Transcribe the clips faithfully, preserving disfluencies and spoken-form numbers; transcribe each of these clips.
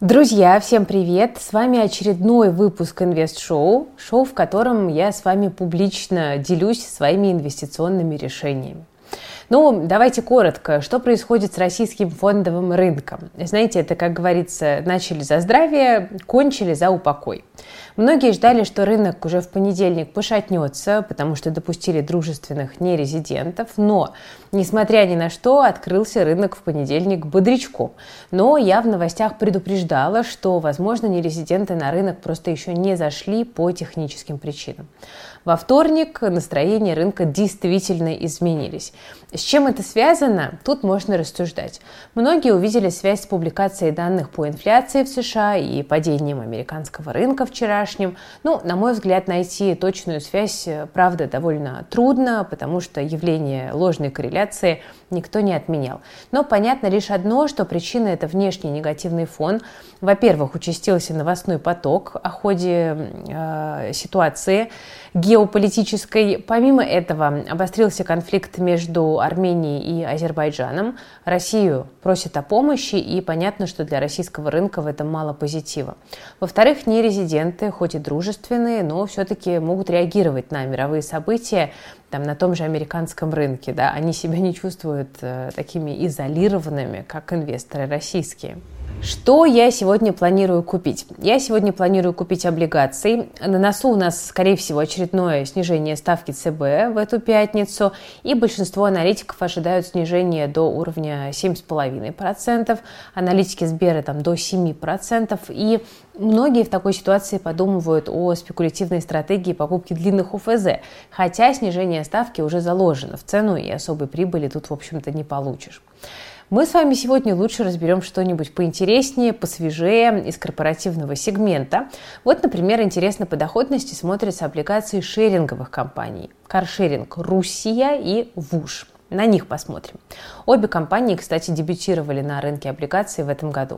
Друзья, всем привет! С вами очередной выпуск Инвест-шоу, шоу, в котором я с вами публично делюсь своими инвестиционными решениями. Ну, давайте коротко, что происходит с российским фондовым рынком. Знаете, это, как говорится, начали за здравие, кончили за упокой. Многие ждали, что рынок уже в понедельник пошатнется, потому что допустили дружественных нерезидентов, но, несмотря ни на что, открылся рынок в понедельник бодрячком. Но я в новостях предупреждала, что, возможно, нерезиденты на рынок просто еще не зашли по техническим причинам. Во вторник настроения рынка действительно изменились. С чем это связано? Тут можно рассуждать. Многие увидели связь с публикацией данных по инфляции в США и падением американского рынка вчерашним. Ну, на мой взгляд, найти точную связь, правда, довольно трудно, потому что явление ложной корреляции никто не отменял. Но понятно лишь одно, что причина – это внешний негативный фон. Во-первых, участился новостной поток о ходе э, ситуации геополитической. Помимо этого, обострился конфликт между Арменией и Азербайджаном. Россию просят о помощи, и понятно, что для российского рынка в этом мало позитива. Во-вторых, нерезиденты, хоть и дружественные, но все-таки могут реагировать на мировые события, там, на том же американском рынке. Да? Они себя не чувствуют э, такими изолированными, как инвесторы российские. Что я сегодня планирую купить? Я сегодня планирую купить облигации. На носу у нас, скорее всего, очередное снижение ставки ЦБ в эту пятницу, и большинство аналитиков ожидают снижения до уровня семь целых пять десятых процента, аналитики Сбера там до семь процентов, и многие в такой ситуации подумывают о спекулятивной стратегии покупки длинных ОФЗ, хотя снижение ставки уже заложено в цену, и особой прибыли тут, в общем-то, не получишь. Мы с вами сегодня лучше разберем что-нибудь поинтереснее, посвежее из корпоративного сегмента. Вот, например, интересно по доходности смотрятся облигации шеринговых компаний. Каршеринг Руссия и ВУШ. На них посмотрим. Обе компании, кстати, дебютировали на рынке облигаций в этом году.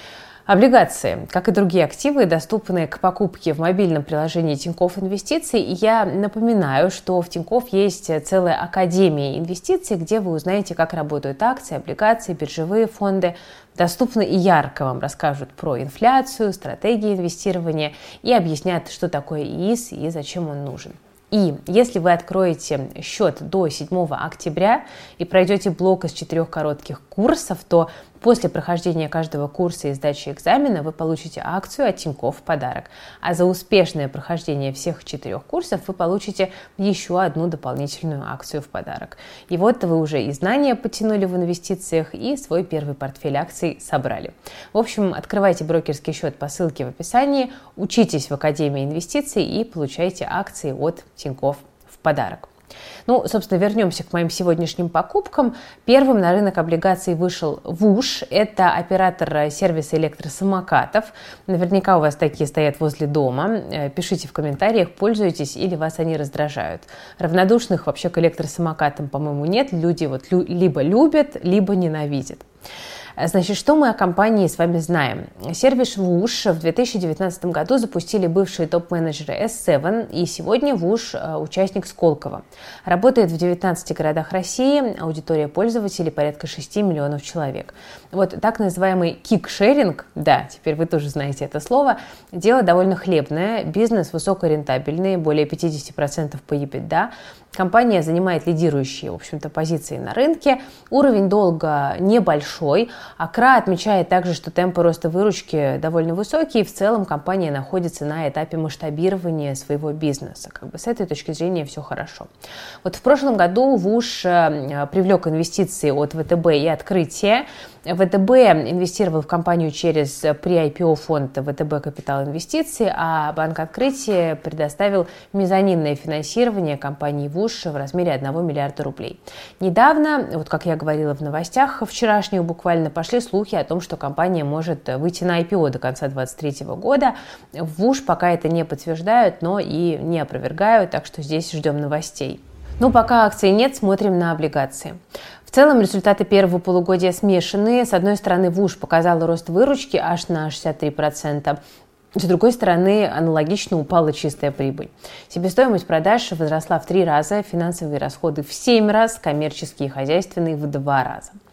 Облигации, как и другие активы, доступны к покупке в мобильном приложении Тинькофф Инвестиции. И я напоминаю, что в Тинькофф есть целая академия инвестиций, где вы узнаете, как работают акции, облигации, биржевые фонды. Доступно и ярко вам расскажут про инфляцию, стратегии инвестирования и объяснят, что такое ИИС и зачем он нужен. И если вы откроете счет до седьмого октября и пройдете блок из четырех коротких курсов, то после прохождения каждого курса и сдачи экзамена вы получите акцию от Тинькофф в подарок. А за успешное прохождение всех четырех курсов вы получите еще одну дополнительную акцию в подарок. И вот вы уже и знания подтянули в инвестициях, и свой первый портфель акций собрали. В общем, открывайте брокерский счет по ссылке в описании, учитесь в Академии инвестиций и получайте акции от Тинькофф в подарок. Ну, собственно, вернемся к моим сегодняшним покупкам. Первым на рынок облигаций вышел ВУШ. Это оператор сервиса электросамокатов. Наверняка у вас такие стоят возле дома. Пишите в комментариях, пользуетесь или вас они раздражают. Равнодушных вообще к электросамокатам, по-моему, нет. Люди вот либо любят, либо ненавидят. Значит, что мы о компании с вами знаем? Сервис ВУШ в две тысячи девятнадцатом году запустили бывшие топ-менеджеры эс семь, и сегодня ВУШ – участник Сколково. Работает в девятнадцати городах России, аудитория пользователей порядка шести миллионов человек. Вот так называемый кик-шеринг, да, теперь вы тоже знаете это слово, дело довольно хлебное, бизнес высокорентабельный, более пятьдесят процентов по EBITDA. Компания занимает лидирующие, в общем-то, позиции на рынке. Уровень долга небольшой. Акра отмечает также, что темпы роста выручки довольно высокие. И в целом компания находится на этапе масштабирования своего бизнеса. Как бы с этой точки зрения все хорошо. Вот в прошлом году ВУШ привлек инвестиции от ВТБ и Открытия. ВТБ инвестировал в компанию через pre-ай пи о фонд ВТБ Капитал Инвестиции, а Банк Открытия предоставил мезонинное финансирование компании ВУШ в размере одного миллиарда рублей. Недавно, вот как я говорила в новостях вчерашних, буквально пошли слухи о том, что компания может выйти на ай пи о до конца две тысячи двадцать третьего года. ВУШ пока это не подтверждают, но и не опровергают, так что здесь ждем новостей. Но пока акций нет, смотрим на облигации. В целом результаты первого полугодия смешанные. С одной стороны, ВУШ показала рост выручки аж на шестьдесят три процента. С другой стороны, аналогично упала чистая прибыль. Себестоимость продаж возросла в три раза, финансовые расходы в семь раз, коммерческие и хозяйственные в два раза.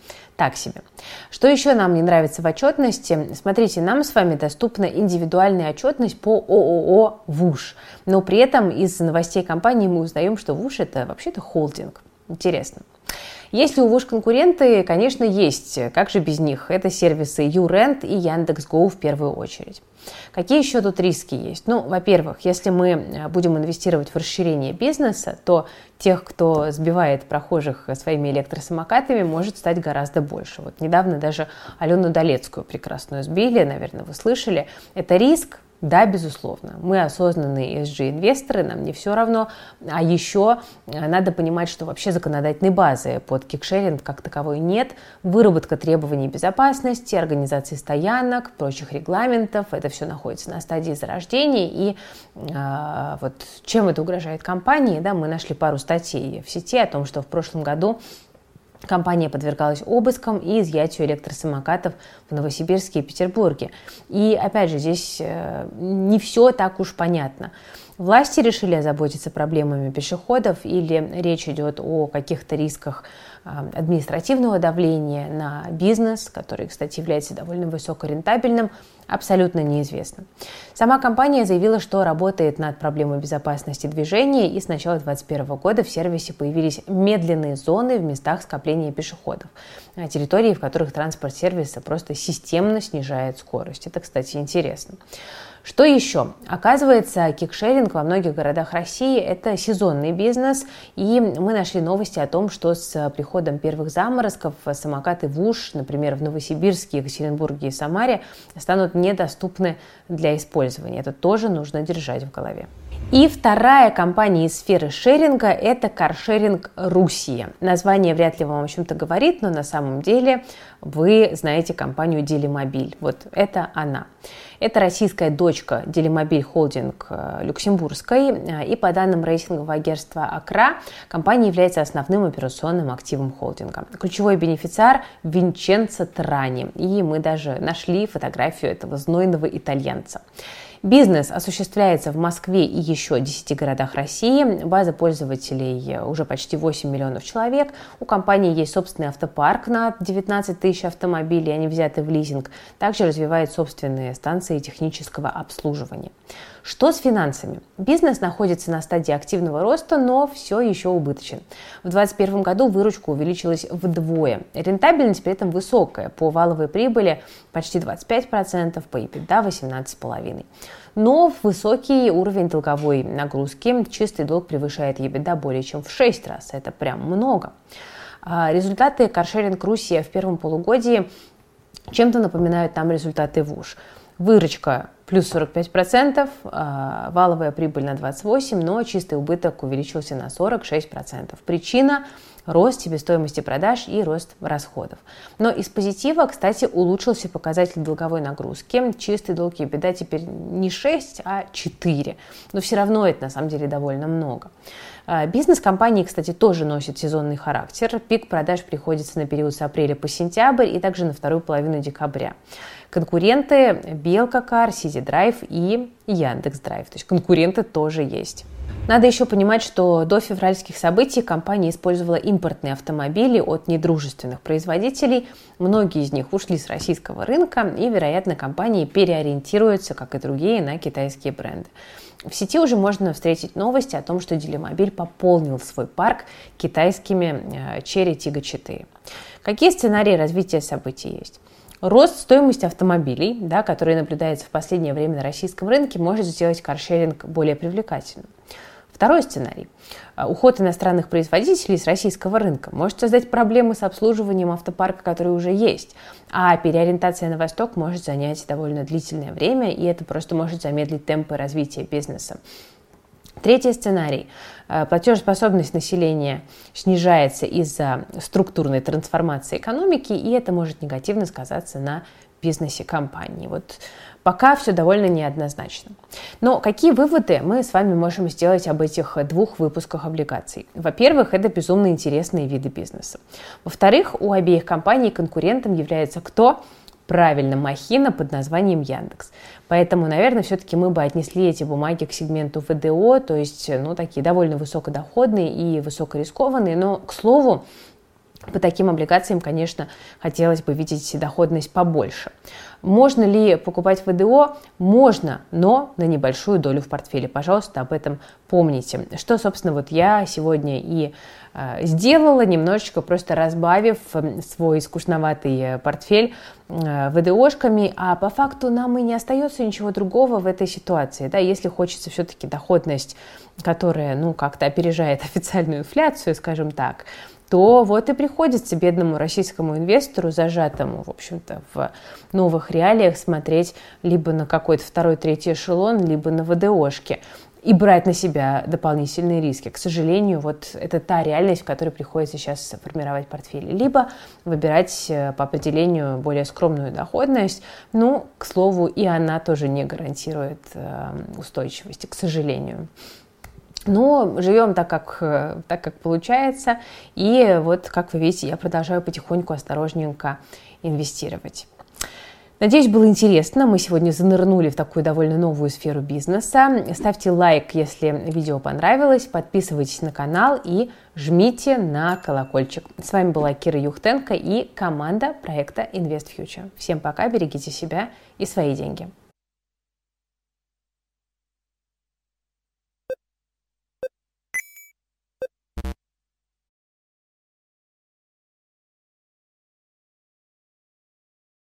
так себе. Что еще нам не нравится в отчетности? Смотрите, нам с вами доступна индивидуальная отчетность по ООО «ВУШ», но при этом из новостей компании мы узнаем, что ВУШ – это вообще-то холдинг. Интересно. Если у ВУШ конкуренты, конечно, есть. Как же без них? Это сервисы YouRent и Яндекс.Го в первую очередь. Какие еще тут риски есть? Ну, во-первых, если мы будем инвестировать в расширение бизнеса, то тех, кто сбивает прохожих своими электросамокатами, может стать гораздо больше. Вот недавно даже Алену Долецкую прекрасную сбили, наверное, вы слышали. Это риск? Да, безусловно. Мы осознанные и эс джи-инвесторы, нам не все равно. А еще надо понимать, что вообще законодательной базы под кикшеринг как таковой нет. Выработка требований безопасности, организации стоянок, прочих регламентов, это все находится на стадии зарождения. И э, вот чем это угрожает компании, да, мы нашли пару статей в сети о том, что в прошлом году компания подвергалась обыскам и изъятию электросамокатов в Новосибирске и Петербурге. И опять же, здесь не все так уж понятно. Власти решили озаботиться проблемами пешеходов или речь идет о каких-то рисках административного давления на бизнес, который, кстати, является довольно высокорентабельным, абсолютно неизвестно. Сама компания заявила, что работает над проблемой безопасности движения, и с начала две тысячи двадцать первого года в сервисе появились медленные зоны в местах скопления пешеходов, территории, в которых транспорт сервиса просто системно снижает скорость. Это, кстати, интересно. Что еще? Оказывается, кикшеринг во многих городах России – это сезонный бизнес, и мы нашли новости о том, что с приходом первых заморозков самокаты ВУШ, например, в Новосибирске, Екатеринбурге и Самаре, станут недоступны для использования. Это тоже нужно держать в голове. И вторая компания из сферы шеринга – это каршеринг Руссия. Название вряд ли вам о чем-то говорит, но на самом деле вы знаете компанию Делимобиль. Вот это она. Это российская дочка Делимобиль Холдинг Люксембургской, и по данным рейтингового агентства Акра, компания является основным операционным активом холдинга. Ключевой бенефициар – Винченцо Трани, и мы даже нашли фотографию этого знойного итальянца. Бизнес осуществляется в Москве и еще десяти городах России. База пользователей уже почти восемь миллионов человек. У компании есть собственный автопарк на девятнадцать тысяч автомобилей, они взяты в лизинг. Также развивает собственные станции технического обслуживания. Что с финансами? Бизнес находится на стадии активного роста, но все еще убыточен. В две тысячи двадцать первом году выручка увеличилась вдвое. Рентабельность при этом высокая. По валовой прибыли почти двадцать пять процентов, по EBITDA восемнадцать целых пять десятых процента. Но высокий уровень долговой нагрузки, чистый долг превышает EBITDA более чем в шесть раз. Это прям много. Результаты каршеринг Руссия в первом полугодии чем-то напоминают нам результаты ВУШ. Выручка плюс сорок пять процентов, валовая прибыль на двадцать восемь процентов, но чистый убыток увеличился на сорок шесть процентов. Причина – рост себестоимости продаж и рост расходов. Но из позитива, кстати, улучшился показатель долговой нагрузки. Чистый долг и EBITDA теперь не шесть, а четыре. Но все равно это на самом деле довольно много. Бизнес компании, кстати, тоже носит сезонный характер. Пик продаж приходится на период с апреля по сентябрь и также на вторую половину декабря. Конкуренты – Белка.Кар, Сити Драйв и Яндекс.Драйв. То есть конкуренты тоже есть. Надо еще понимать, что до февральских событий компания использовала импортные автомобили от недружественных производителей. Многие из них ушли с российского рынка, и, вероятно, компании переориентируются, как и другие, на китайские бренды. В сети уже можно встретить новости о том, что Делимобиль пополнил свой парк китайскими Chery Tiggo четыре. Какие сценарии развития событий есть? Рост стоимости автомобилей, да, который наблюдается в последнее время на российском рынке, может сделать каршеринг более привлекательным. Второй сценарий. Уход иностранных производителей с российского рынка может создать проблемы с обслуживанием автопарка, который уже есть. А переориентация на восток может занять довольно длительное время, и это просто может замедлить темпы развития бизнеса. Третий сценарий. Платежеспособность населения снижается из-за структурной трансформации экономики, и это может негативно сказаться на бизнесе компании. Вот пока все довольно неоднозначно. Но какие выводы мы с вами можем сделать об этих двух выпусках облигаций? Во-первых, это безумно интересные виды бизнеса. Во-вторых, у обеих компаний конкурентом является кто? Правильно, махина под названием Яндекс. Поэтому, наверное, все-таки мы бы отнесли эти бумаги к сегменту вэ дэ о, то есть, ну, такие довольно высокодоходные и высокорискованные. Но, к слову, По таким облигациям, конечно, хотелось бы видеть доходность побольше. Можно ли покупать ВДО? Можно, но на небольшую долю в портфеле. Пожалуйста, об этом помните. Что, собственно, вот я сегодня и э, сделала, немножечко просто разбавив свой скучноватый портфель э, ВДОшками, а по факту нам и не остается ничего другого в этой ситуации. Да? Если хочется все-таки доходность, которая, ну, как-то опережает официальную инфляцию, скажем так, то вот и приходится бедному российскому инвестору, зажатому, в общем-то, в новых реалиях, смотреть либо на какой-то второй, третий эшелон, либо на ВДОшки и брать на себя дополнительные риски. К сожалению, вот это та реальность, в которой приходится сейчас формировать портфель. Либо выбирать по определению более скромную доходность. Ну, к слову, и она тоже не гарантирует устойчивости, к сожалению. Но живем так как, так, как получается. И вот, как вы видите, я продолжаю потихоньку, осторожненько инвестировать. Надеюсь, было интересно. Мы сегодня занырнули в такую довольно новую сферу бизнеса. Ставьте лайк, если видео понравилось. Подписывайтесь на канал и жмите на колокольчик. С вами была Кира Юхтенко и команда проекта InvestFuture. Всем пока, берегите себя и свои деньги.